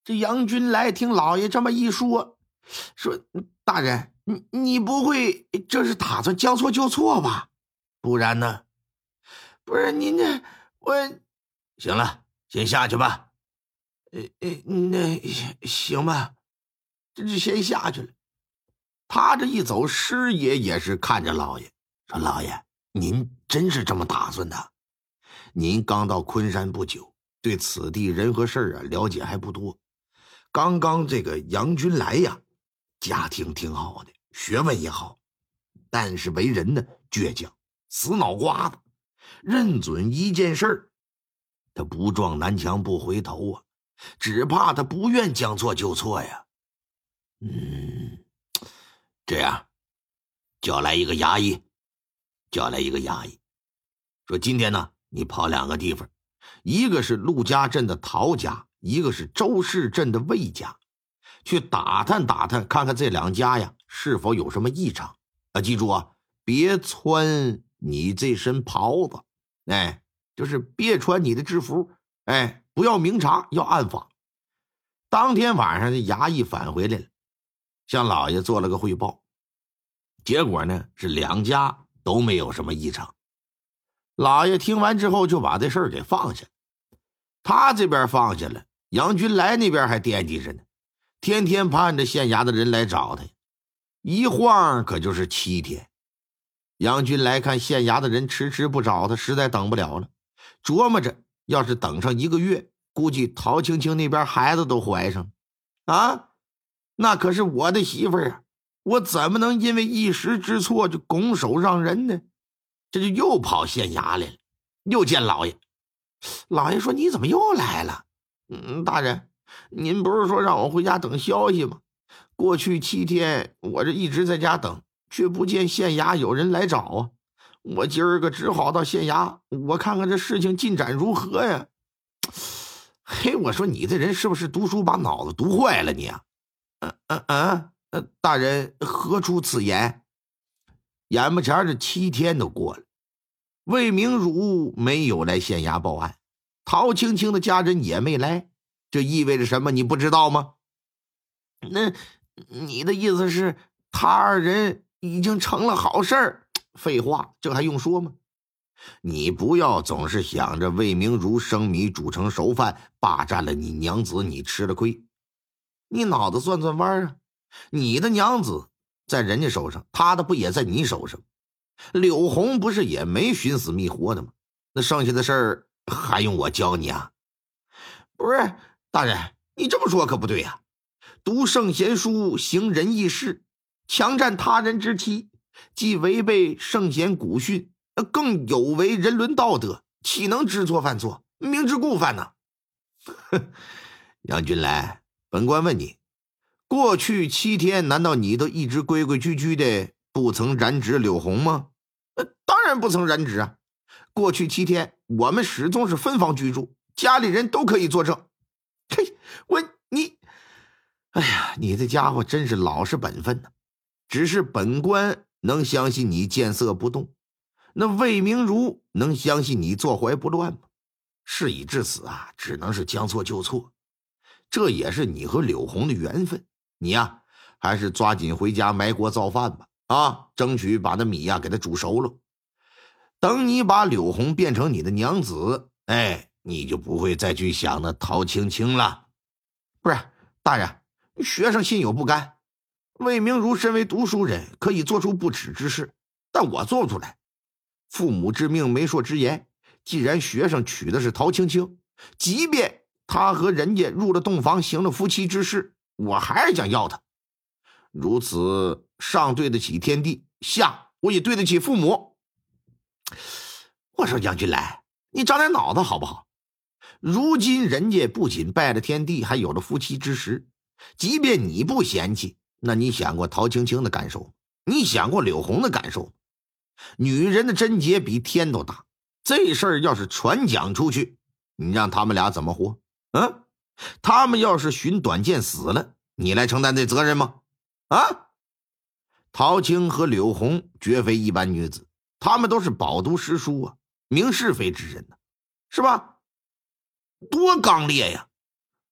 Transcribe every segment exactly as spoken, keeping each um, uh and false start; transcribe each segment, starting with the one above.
这杨军来听老爷这么一说，说大人，你你不会这是打算将错就错吧？不然呢？不是您这我行了，先下去吧。 呃呃，那行吧，这就先下去了。他这一走，师爷也是看着老爷说：“老爷，您真是这么打算的？您刚到昆山不久，对此地人和事儿啊了解还不多。刚刚这个杨军来呀，家庭挺好的，学问也好，但是为人呢倔强，死脑瓜子，认准一件事儿，他不撞南墙不回头啊，只怕他不愿将错就错呀。嗯，这样，叫来一个衙役，叫来一个衙役，说今天呢，你跑两个地方，一个是陆家镇的陶家，一个是周氏镇的魏家，去打探打探，看看这两家呀是否有什么异常啊！记住啊，别穿你这身袍子，哎，就是别穿你的制服，哎，不要明察，要暗访。当天晚上，这衙役返回来了，向老爷做了个汇报。结果呢，是两家都没有什么异常。老爷听完之后，就把这事儿给放下了。他这边放下了，杨军来那边还惦记着呢，天天盼着县衙的人来找他，一晃可就是七天。杨军来看县衙的人迟迟不找他，实在等不了了，琢磨着要是等上一个月，估计陶青青那边孩子都怀上了啊，那可是我的媳妇儿啊，我怎么能因为一时之错就拱手让人呢？这就又跑县衙来了，又见老爷。老爷说：“你怎么又来了？”嗯，大人，您不是说让我回家等消息吗？过去七天我这一直在家等，却不见县衙有人来找啊。我今儿个只好到县衙，我看看这事情进展如何呀。嘿，我说你这人是不是读书把脑子读坏了你啊？嗯嗯嗯，呃，大人何出此言？眼巴前这七天都过了，魏明儒没有来县衙报案，陶青青的家人也没来，这意味着什么？你不知道吗？那你的意思是他二人已经成了好事儿？废话，这还用说吗？你不要总是想着魏明儒生米煮成熟饭，霸占了你娘子，你吃了亏。你脑子转转弯啊！你的娘子在人家手上，他的不也在你手上？柳红不是也没寻死觅活的吗？那剩下的事儿还用我教你啊？不是，大人，你这么说可不对呀、啊！读圣贤书，行仁义事，强占他人之妻，既违背圣贤古训，更有违人伦道德，岂能知错犯错，明知故犯呢？杨军来，本官问你，过去七天难道你都一直规规矩矩的，不曾染指柳红吗？呃，当然不曾染指啊！过去七天我们始终是分房居住，家里人都可以作证。嘿，我你哎呀，你这家伙真是老实本分呢。只是本官能相信你见色不动，那魏明儒能相信你坐怀不乱吗？事已至此啊，只能是将错就错。这也是你和柳红的缘分，你呀，还是抓紧回家埋锅造饭吧，啊，争取把那米呀给它煮熟了。等你把柳红变成你的娘子，哎，你就不会再去想那陶青青了。不是，大人，学生心有不甘。魏明儒身为读书人，可以做出不耻之事，但我做不出来。父母之命，媒妁之言，既然学生娶的是陶青青，即便他和人家入了洞房，行了夫妻之事，我还是想要他。如此，上对得起天地，下我也对得起父母。我说杨军来，你长点脑子好不好？如今人家不仅拜了天地，还有了夫妻之实，即便你不嫌弃，那你想过陶青青的感受？你想过柳红的感受？女人的贞洁比天都大，这事儿要是传讲出去，你让他们俩怎么活？嗯，他们要是寻短见死了，你来承担这责任吗？啊，陶青和柳红绝非一般女子，她们都是饱读诗书啊，明是非之人呢、啊，是吧？多刚烈呀！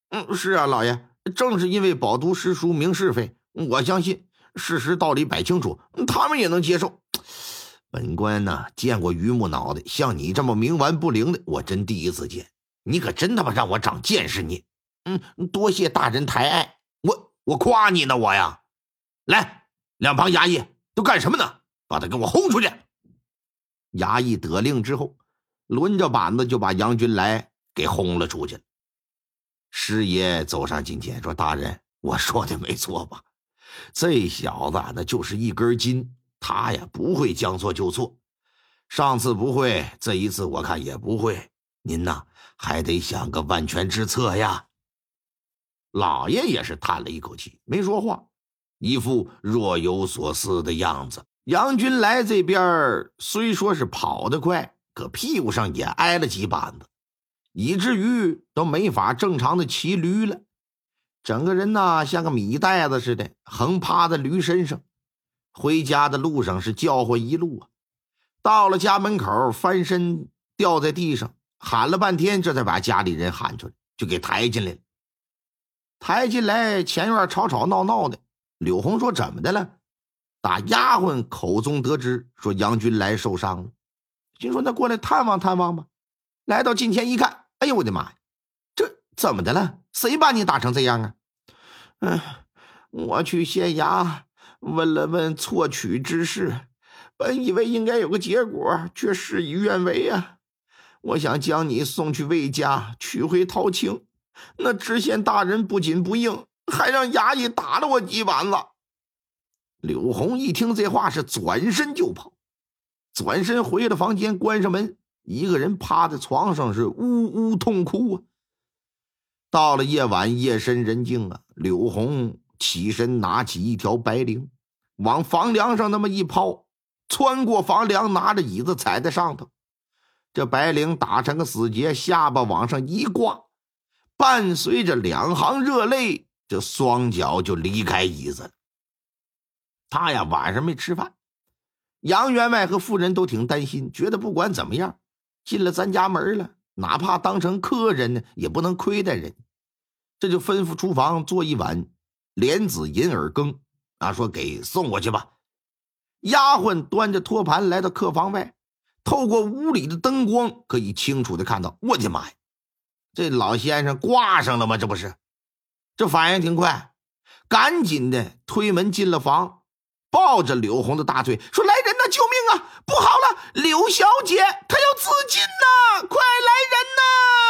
嗯，是啊，老爷，正是因为饱读诗书明是非，我相信事实道理摆清楚，他们也能接受。本官呢，见过榆木脑袋，像你这么冥顽不灵的，我真第一次见。你可真他妈让我长见识你。嗯，多谢大人抬爱，我我夸你呢，我呀。来，两旁衙役都干什么呢？把他给我轰出去！衙役得令之后，抡着板子就把杨军来给轰了出去了。师爷走上近前说：“大人，我说的没错吧？这小子那就是一根筋，他呀不会将错就错。上次不会，这一次我看也不会。您呐，还得想个万全之策呀。”老爷也是叹了一口气，没说话，一副若有所思的样子。杨军来这边虽说是跑得快，可屁股上也挨了几板子，以至于都没法正常的骑驴了。整个人呢像个米袋子似的横趴在驴身上，回家的路上是叫唤一路啊。到了家门口，翻身掉在地上，喊了半天，这才把家里人喊出来，就给抬进来了。抬进来，前院吵吵闹闹的。柳红说：“怎么的了？”打丫鬟口中得知，说杨军来受伤了。心说：“那过来探望探望吧。”来到近前一看，哎呦我的妈呀，这怎么的了？谁把你打成这样啊？嗯，我去县衙问了问错取之事，本以为应该有个结果，却事与愿违啊。我想将你送去魏家取回陶青，那知县大人不仅不应，还让衙役打了我几板子。柳红一听这话是转身就跑，转身回了房间，关上门，一个人趴在床上是呜呜痛哭啊。到了夜晚，夜深人静啊，柳红起身拿起一条白绫，往房梁上那么一抛，穿过房梁，拿着椅子踩在上头，这白绫打成个死结，下巴往上一挂，伴随着两行热泪，这双脚就离开椅子了。他呀晚上没吃饭，杨员外和夫人都挺担心，觉得不管怎么样进了咱家门了，哪怕当成客人呢也不能亏待人。这就吩咐厨房做一碗莲子银耳羹啊，说给送过去吧。丫鬟端着托盘来到客房外，透过屋里的灯光可以清楚的看到，我的妈呀，这老先生挂上了吗？这不是，这反应挺快，赶紧的推门进了房，抱着柳红的大腿说：“来人呐，救命啊！不好了，柳小姐她要自尽呐，快来人呐！”